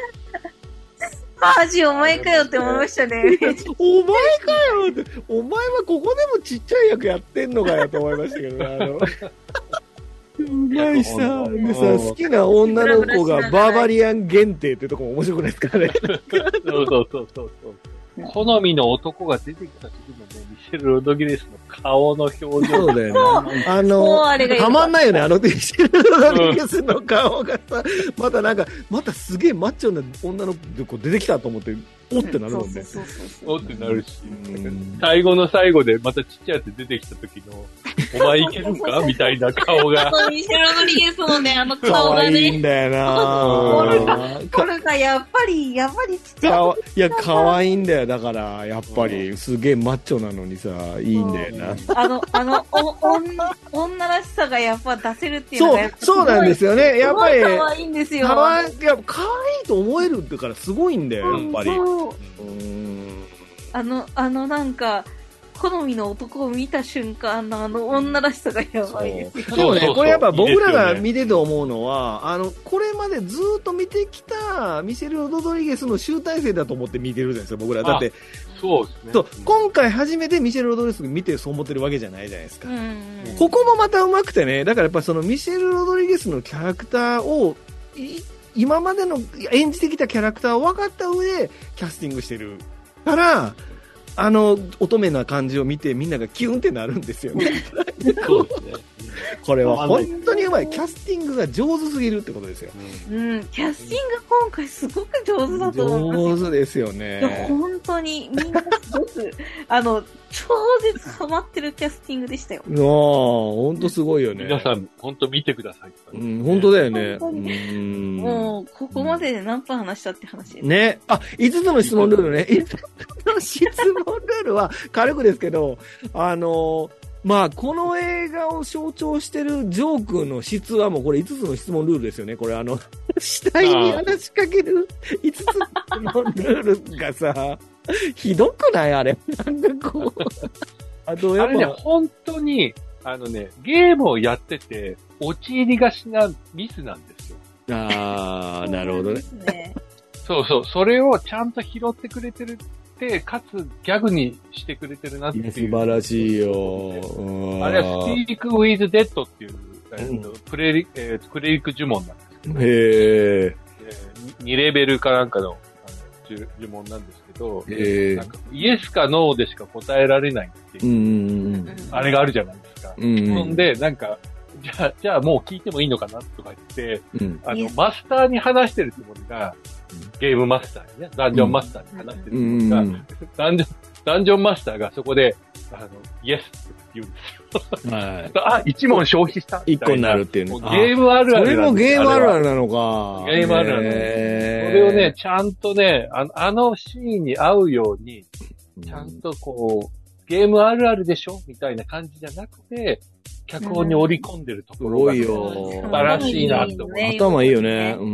マジお前かよって思いましたね。 お前かよって、お前はここでもちっちゃい役やってんのかよと思いましたけどね、あの。うまいさ、でさ、好きな女の子がバーバリアン限定ってとこも面白くないですかね。 そうそうそうそう。好みの男が出てきた時のね、ミシェル・ロドリゲスの顔の表情。 そうだよね。あの、たまんないよね、あのミシェル・ロドリゲスの顔がさ、またなんか、またすげえマッチョな女の子出てきたと思って、おってなるもんね。 おってなるし、最後の最後でまたちっちゃいやつ出てきた時の、お前いけるかみたいな顔が。 ミシェル・ロドリゲスのね、あの顔がね。 可愛いんだよなこれがやっぱり、やっぱりちっちゃい。 いや、可愛いんだよ。だから、やっぱり、すげえマッチョなのにさ、いいんだよな。 あの、あの、お、女、女らしさがやっぱ出せるっていうのがやっぱそう、そうなんですよね。やっぱり。 可愛いんですよ。 可愛い、いや、可愛いと思えるってからすごいんだよ、やっぱり。 うんあの、あのなんか、好みの男を見た瞬間のあの女らしさがやばいですよ。 そうね、これやっぱ僕らが見てて思うのは、あの、これまでずっと見てきたミシェル・ロドリゲスの集大成だと思って見てるじゃないですか、僕ら。だって、 そうですね。 そう、今回初めてミシェル・ロドリゲス見てそう思ってるわけじゃないじゃないですか。ここもまた上手くてね、だからやっぱそのミシェル・ロドリゲスのキャラクターをい今までの演じてきたキャラクターを分かった上でキャスティングしてるから、あの乙女な感じを見てみんながキュンってなるんですよね。 そうですね。 これは本当にうまい。キャスティングが上手すぎるってことですよ。 うん、キャスティング今回すごく上手だと思います。 上手ですよいやね。 本当にみんなすごく、あの、超絶ハマってるキャスティングでしたよ。 ああ、本当すごいよね。 皆さん、本当見てください。 うん、本当だよね。 本当にうんもう、ここまでで何分話したって話です。 ね。あ、いつつの質問ルールね。いつつの質問ルールは軽くですけど、あの、まあ、この映画を象徴してるジョークの質はもうこれいつつの質問ルールですよね。これあの、死体に話しかけるいつつの質問ルールがさ、ひどくないあれ。なんかこう。あとやっぱ、 あれね、本当に、あのね、ゲームをやってて、陥りがちなミスなんですよ。 あー、なるほどね。 そうですね。 そうそう、それをちゃんと拾ってくれてるって、かつギャグにしてくれてるなっていう。 素晴らしいよ。うん、 あれはスピークウィズデッドっていう、えーとプレリ、えー、クレリック呪文なんですけど、 へー。 えー、にレベルかなんかの、あの呪呪文なんですけど、 へー。 なんかイエスかノーでしか答えられないっていう、 うんうんあれがあるじゃないですか。 うんうん、 そんで、なんか、じゃあ、じゃあもう聞いてもいいのかなとか言って、 うん、 あの、マスターに話してるつもりが、ゲームマスターにね、ダンジョンマスターに話してるつもりが、 うんうん、 ダンジョン、ダンジョンマスターがそこで、あの、イエスって言うんですよ。はい、あ、一問消費した一個になるっていうね。 ゲームあるある。 それもゲームあるあるなのか。 ゲームあるある。それをね、ちゃんとね、あの、あのシーンに合うように、ちゃんとこう、ゲームあるあるでしょみたいな感じじゃなくて、脚本に織り込んでるところが、ね、 すごいよ。 素晴らしいなって思う。 頭いいよね。うん。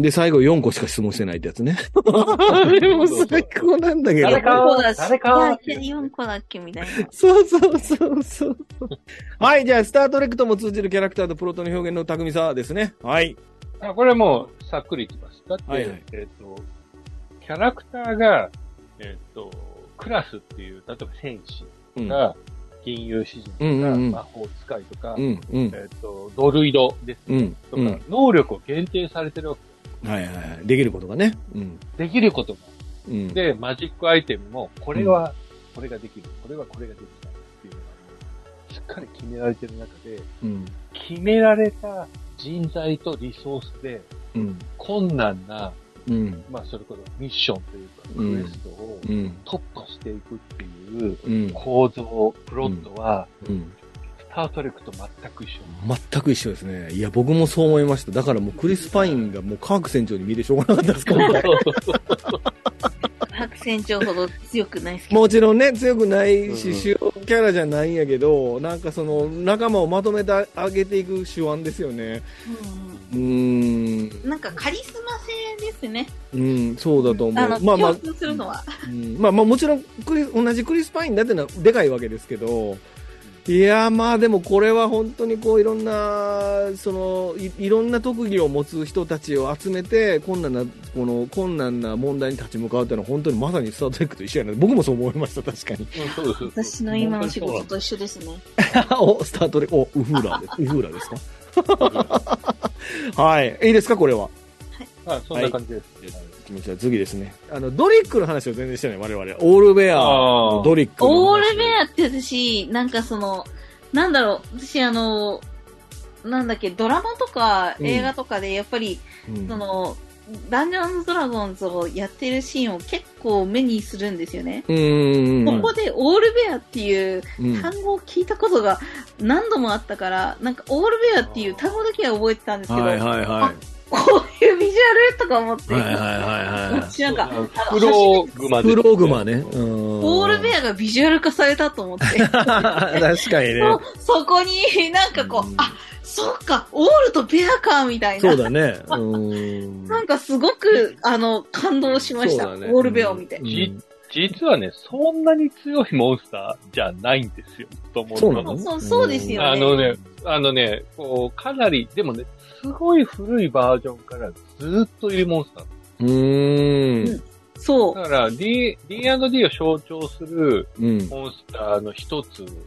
で、最後よんこしか質問してないってやつね。あれも最高なんだけど。 誰か誰かよんこだっけみたいな。 そうそうそうそう。はい、じゃあ、スタートレックとも通じるキャラクターとプロットの表現の巧みさですね。はい。 あ、これはもう、さっくりいきます。だって、はいはい、えっ、ー、と、キャラクターが、えっ、ー、と、クラスっていう、例えば戦士が、うん金融詩人とか、うんうん、魔法使いとか、うんうん、えっ、ー、と、ドルイドですね、うん、とか、うん、能力を限定されてるわけです。 はいはいはい。できることがね。 うん、できることが、うん。で、マジックアイテムも、これは、これができる、これはこれができないっていうのが、しっかり決められてる中で、うん、決められた人材とリソースで、うん、困難な、うん、まあ、それこそミッションというか、クエストを突破していくっていう構造、プロットは、スタートレックと全く一緒。 全く一緒ですね。いや、僕もそう思いました。だからもうクリス・パインがもう科学船長に見てしょうがなかったですから。 科学船長ほど強くないですけど。もちろんね、強くないし、主要キャラじゃないんやけど、なんかその仲間をまとめてあげていく手腕ですよね。うん。うーん。 なんかカリスマ性ですね。 うん、そうだと思う。 あの、まあまあ、共通するのは。 うん、まあまあもちろんクリ同じクリス・パインだってのはでかいわけですけど、いやまあでもこれは本当にこういろんなその い, いろんな特技を持つ人たちを集めて困難なこの困難な問題に立ち向かうというのは本当にまさにスタートレックと一緒やな。僕もそう思いました。確かに。 私の今の仕事と一緒ですね。 おスタートレックおウフーラーです。ウフーラーですか。はい、いいですかこれは。 はい、あそんな感じです。 はい、次ですね。あの、ドリックの話を全然してない、我々。オールベアのドリックの話。 オールベアって私、なんかその、なんだろう、私あの、なんだっけ、ドラマとか映画とかでやっぱり、うん、その、ダンジョンズドラゴンズをやってるシーンを結構目にするんですよね。うん。ここでオールベアっていう単語を聞いたことが何度もあったから、なんかオールベアっていう単語だけは覚えてたんですけど、 はいはいはい。 こういうビジュアルとか思って。 はいはいはいはい。 なんか、 フローグマです、ね。フローグマね。 オールベアがビジュアル化されたと思って。 確かにねそ。そこになんかこう、うん、あ、そっか、オールとベアか、みたいな。 そうだね。うんなんかすごく、あの、感動しました。ね、オールベアを見て。 うん実はね、そんなに強いモンスターじゃないんですよ、と思う。 そうなの？ そう、そうですよね。 あのね、あのね、こう、かなり、でもね、すごい古いバージョンからずっといるモンスター。 うーん。 うん、そう。 だから、D、ディーアンドディー を象徴するモンスターの一つ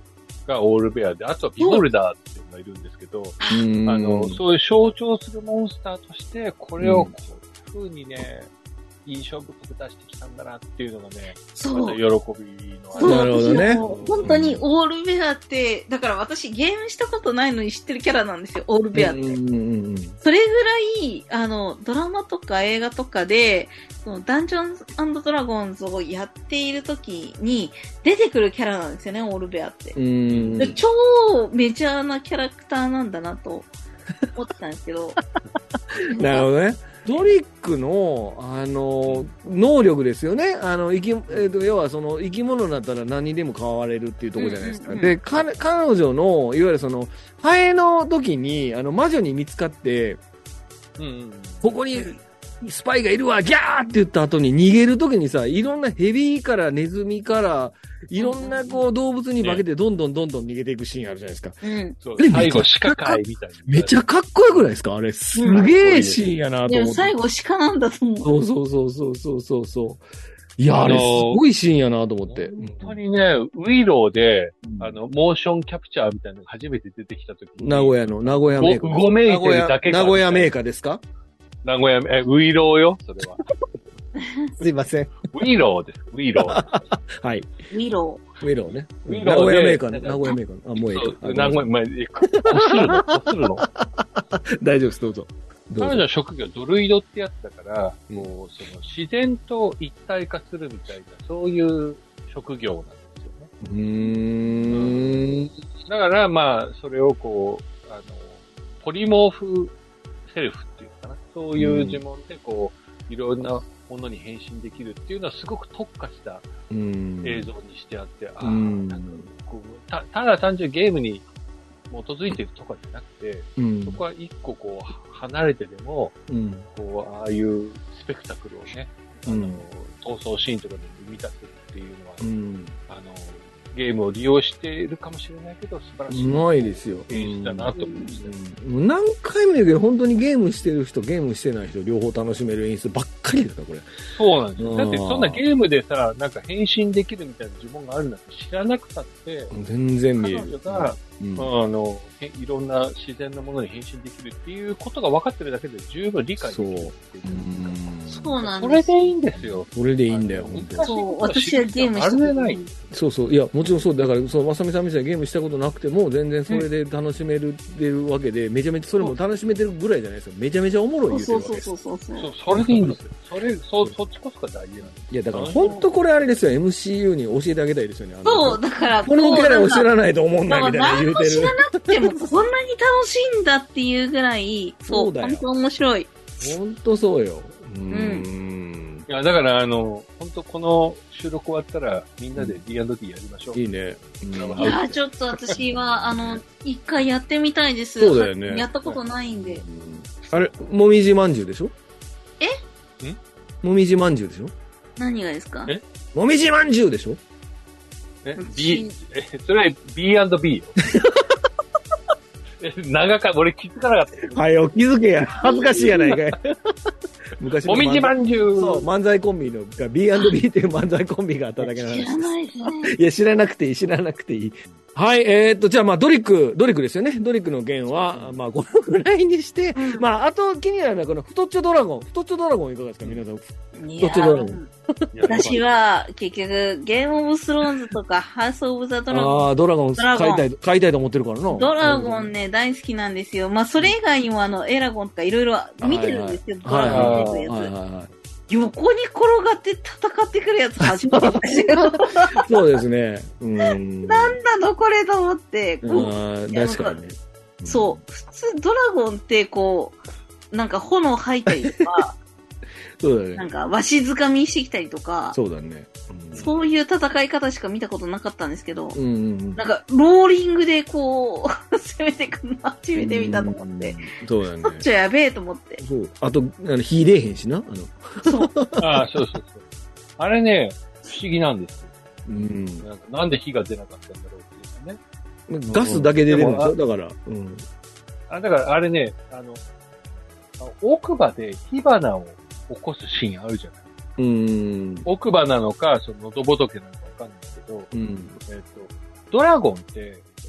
がオールベアで、あとはビホルダーっていうのがいるんですけど、 うんあの、そういう象徴するモンスターとして、これをこういう風にね、印象深く出してきたんだなっていうのがね、 そうまた喜びのある。 そうなるほどね私も本当にオールベアって、だから私ゲームしたことないのに知ってるキャラなんですよ、オールベアって。 うんうんうんそれぐらい、あの、ドラマとか映画とかで、そのダンジョンズ&ドラゴンズをやっている時に出てくるキャラなんですよね、オールベアって。 うんで超メジャーなキャラクターなんだなと思ってたんですけど。 なるほどね。ドリックの、あの、能力ですよね。あの、生き、えーと、要はその、生き物だったら何にでも変われるっていうところじゃないですか。 うんうんうんで、彼、彼女の、いわゆるその、ハエの時に、あの、魔女に見つかって、 うんうんここに、スパイがいるわ、ギャーって言った後に逃げる時にさ、いろんなヘビからネズミから、いろんなこう動物に化けてどんどんどんどん逃げていくシーンあるじゃないですか。 うん。 そうえ最後、鹿界みたいな。 めっちゃかっこよくないですかあれ、すげえシーンやなと思って。 でも最後鹿なんだと思う。 そうそうそうそうそうそう。いや、あれすごいシーンやなと思って。 本当にね、ウィローで、 うんあの、モーションキャプチャーみたいなのが初めて出てきた時に。 名古屋の、名古屋メーカー。 うごめいてるだけか名古屋メーカーですか名古屋、え、ウィローよ、それは。 すいません。 ウィローです、ウィロー。 はい。 ウィロウィローね。 ウィローで名古屋メーカーね。名古屋メーカー。あ、もうええそうか。 名古屋、まあ、えこするのこするの大丈夫です、どうぞ。どうぞ彼女の職業ドルイドってやつだから、もう、その、自然と一体化するみたいな、そういう職業なんですよね。 うーん。 だから、まあ、それをこう、あの、ポリモーフセルフっていうのかな。そういう呪文で、こう、いろんなものに変身できるっていうのはすごく特化したうん。 映像にしてあって、ああ、 うんなんかこうた、ただ単純にゲームに基づいてるとかじゃなくて、 うんそこは一個こう、離れてでも、 うん。 こう、ああいうスペクタクルをね、あの、 うん闘争シーンとかで生み出すっていうのは、 うん。 あの、ゲームを利用しているかもしれないけど、素晴らしい。 うまいですよ。 演出だなと思いましたよ。 もう何回も言うけど、本当にゲームしてる人、ゲームしてない人、両方楽しめる演出ばっかりですか、これ。 そうなんですよ。 うんだってそんなゲームでさ、なんか変身できるみたいな呪文があるなんて知らなくたって、 全然見彼える。 女が、 うんあの、へいろんな自然なものに変身できるっていうことが分かってるだけで十分理解できるっていう。 うんそうなんそです。 れでいいんですよ。 それでいいんだよ、本当に。 そう、私はゲームしたあれでない。 そうそう。いや、もちろんそう。だから、そう、まさみさんみたいにゲームしたことなくても、全然それで楽しめるってるわけで、めちゃめちゃ、それも楽しめてるぐらいじゃないですか。めちゃめちゃおもろい言うてるそうそうわけです。 そうそうそう。 そう、それでいいんですよ。それ、そ、そっちこそが大事なんです。 いや、だから本当これあれですよ。エムシーユー に教えてあげたいですよね。あのそう、だから、 このキャラを知ない。 らないと思うんだみたいな言うてる。 知らなくても、こんなに楽しいんだっていうぐらい、そう、 そうだよ本当面白い。 本当そうよ。うーん。 いや、だから、あの、本当この収録終わったら、みんなで ディーアンドディー やりましょう。 いいね。うんいやー、ちょっと私は、あの、一回やってみたいです。 そうだよねやったことないんで。 あれ、もみじまんじゅうでしょえんもみじまんじゅうでしょ何がですかえもみじまんじゅうでしょえ、B、え、それは ビーアンドビー よ。え、長か、俺気づかなかった。 はいよ、気づけや。恥ずかしいやないかい。昔のもみじまんじゅう。 そう、漫才コンビの、が ビーアンドビー っていう漫才コンビがあっただけなんです。 知らないですね。 いや、知らなくていい、知らなくていい。はい、えー、っと、じゃあ、まあ、ドリック、ドリックですよね。ドリックの件は、まあ、このぐらいにして、まあ、あと気になるのは、この太っちょドラゴン。太っちょドラゴンいかがですか、皆さん。 いどっちだろういや私は、結局、ゲームオブスローンズとか、ハウスオブザドラゴン。 ああ、ドラゴンドラゴン買いたい、買いたいと思ってるからな。 ドラゴンね、大好きなんですよ。まあ、それ以外にも、あの、エラゴンとかいろいろ見てるんですけど、ドはいラゴンはい出てるやはいはいはい。 つ。横に転がって戦ってくるやつ初めて見ましたよ。 そうですね。うん。 なんなのこれと思って。こうああ、確かにね。 そう。普通ドラゴンってこう、なんか炎吐いたりとか、 そうだね。 なんかわしづかみしてきたりとか、 そうだね。うんそういう戦い方しか見たことなかったんですけど、 うんうんうん。 なんかローリングでこう、攻めてくるの初めて見たと思って、 うん。そうだねこ。っちゃやべえと思って。 そう。あと、あの、火出えへんしな。あの、 ああ、そうそうそう。あれね、不思議なんですよ。 うん。 なんかなんで火が出なかったんだろうっていうね。 ガスだけで出るんでしょでだから。うん。 あ、だからあれね、あの、あ奥歯で火花を起こすシーンあるじゃない。 うん。 奥歯なのか、その喉仏なのかわかんないけど、 うん。 えっ、と、ドラゴンって、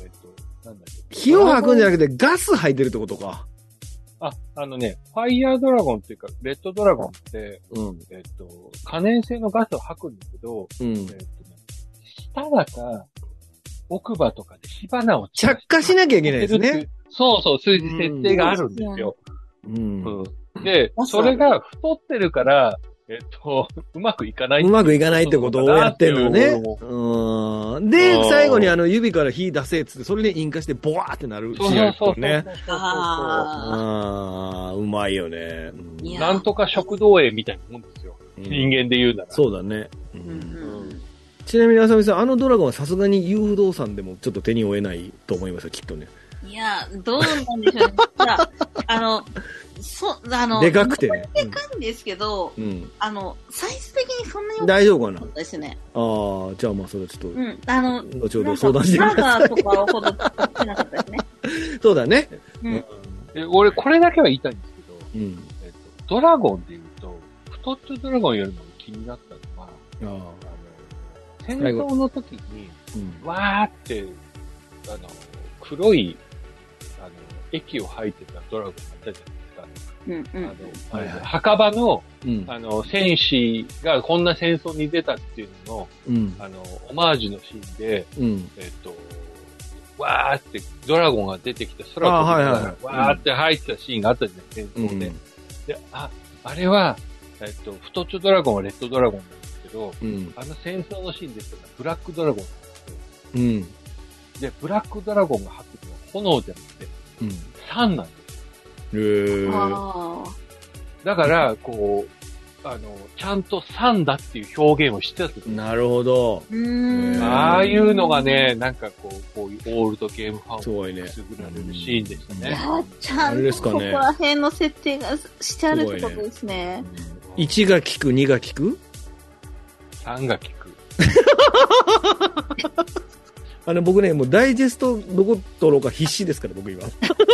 なんだっけ。 火を吐くんじゃなくてガス吐いてるってことか。 あ、あのね、ファイヤードラゴンっていうか、レッドドラゴンって、 うん。 えっと、可燃性のガスを吐くんだけど、 うん。 えっとね、舌だか、奥歯とかで火花を着火しなきゃいけないですね。 そうそう、そういう設定があるんですよ。うん。うん、で、それが太ってるから、えっと、うまくいかない。 うまくいかないってことをやってるのね。うん。で、最後にあの指から火出せっつって、それで引火してボワーってなるシーンあるとね。ああ、うまいよね。 なんとか食道炎みたいなもんですよ。うん、人間で言うなら。 そうだね。うんうん、ちなみにあさみさん、あのドラゴンはさすがに ユー不動産でもちょっと手に負えないと思いますよ、きっとね。 いや、どうなんでしょうね。いや、あの、そ、あの、 でかくてね。 でかいんですけど、うん、あの、サイズ的にそんなに大丈夫かなですね。 ああ、じゃあまあそれはちょっと。うん、 あの、 後ほど相談してください。 ブラガーとかはほどしてなかったですね。 そうだね。 うん。 で俺、これだけは言いたいんですけど、うん、えっと、ドラゴンで言うと、太っちょドラゴンよりも気になったのは、あの戦争の時に、うん、わーって、あの、黒い、あの、液を吐いてたドラゴンがあったじゃないですか。うんうん、あの、あれ、墓場の、うん、あの、戦士がこんな戦争に出たっていうのの、うん、あの、オマージュのシーンで、うん、えっと、わーってドラゴンが出てきて空を飛びながら、わーって吐いてたシーンがあったじゃないですか、戦争で。うん、で、あ、あれは、えっと、太っちょドラゴンはレッドドラゴンなんですけど、うん、あの戦争のシーンでしたらブラックドラゴンなんですよ。うん、で、ブラックドラゴンが吐くのは炎じゃなくて、うん、酸なんです。へー。だから、こう、あの、ちゃんと酸だっていう表現をしてたんですよ。 なるほど。 ああいうのがね、なんかこう、こういうオールドゲームファンをすごいね。 くすぐられるシーンでしたね。いや、ちゃんとここら辺の設定がしてあるってことですね。 いちが効く、にが効く ? さん が効く。 あの、僕ね、もうダイジェストどこ取ろうか必死ですから、僕今。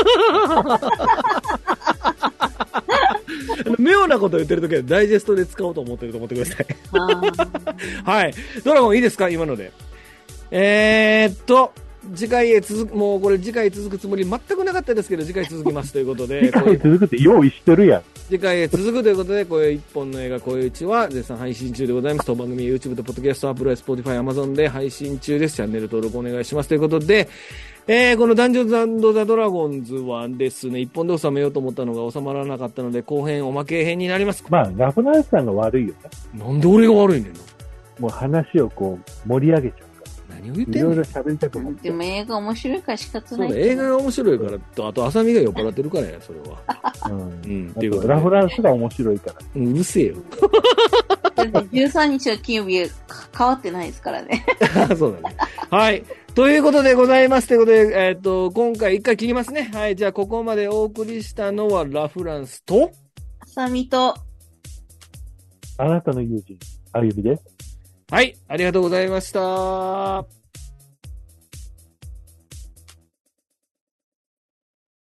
あの妙なこと言ってるときはダイジェストで使おうと思ってると思ってください。はい。ドラゴンいいですか今ので。えー、っと、次回へ続く、もうこれ次回続くつもり全くなかったですけど、次回続きますということで。 次回へ続くって用意してるやん。 次回へ続くということで、こういう一本の映画、こういううちは絶賛配信中でございます。当番組 YouTube と Podcast、Apple、Spotify、Amazon で配信中です。チャンネル登録お願いしますということで、えー、このダンジョンズ&ザ・ドラゴンズはですね、一本で収めようと思ったのが収まらなかったので、後編おまけ編になります。 まあ、ラフナーさんが悪いよね。なんで俺が悪いねんの？ もう話をこう、盛り上げちゃう。 何を言ってんの？いろいろ喋りたく思って。でも映画面白いから仕方ない。 そうだ、映画が面白いからと、あと、浅見が酔っ払ってるからや、それは。うん。うん。っていうことで。ラフランスが面白いから。 うるせえよ。 じゅうさんにちの金曜日変わってないですからね。 そうだね。はい。ということでございます。ということで、えっと、今回一回切りますね。はい。じゃあ、ここまでお送りしたのはラフランスと、 浅見と、 あなたの友人、あゆみです。 はい。ありがとうございました。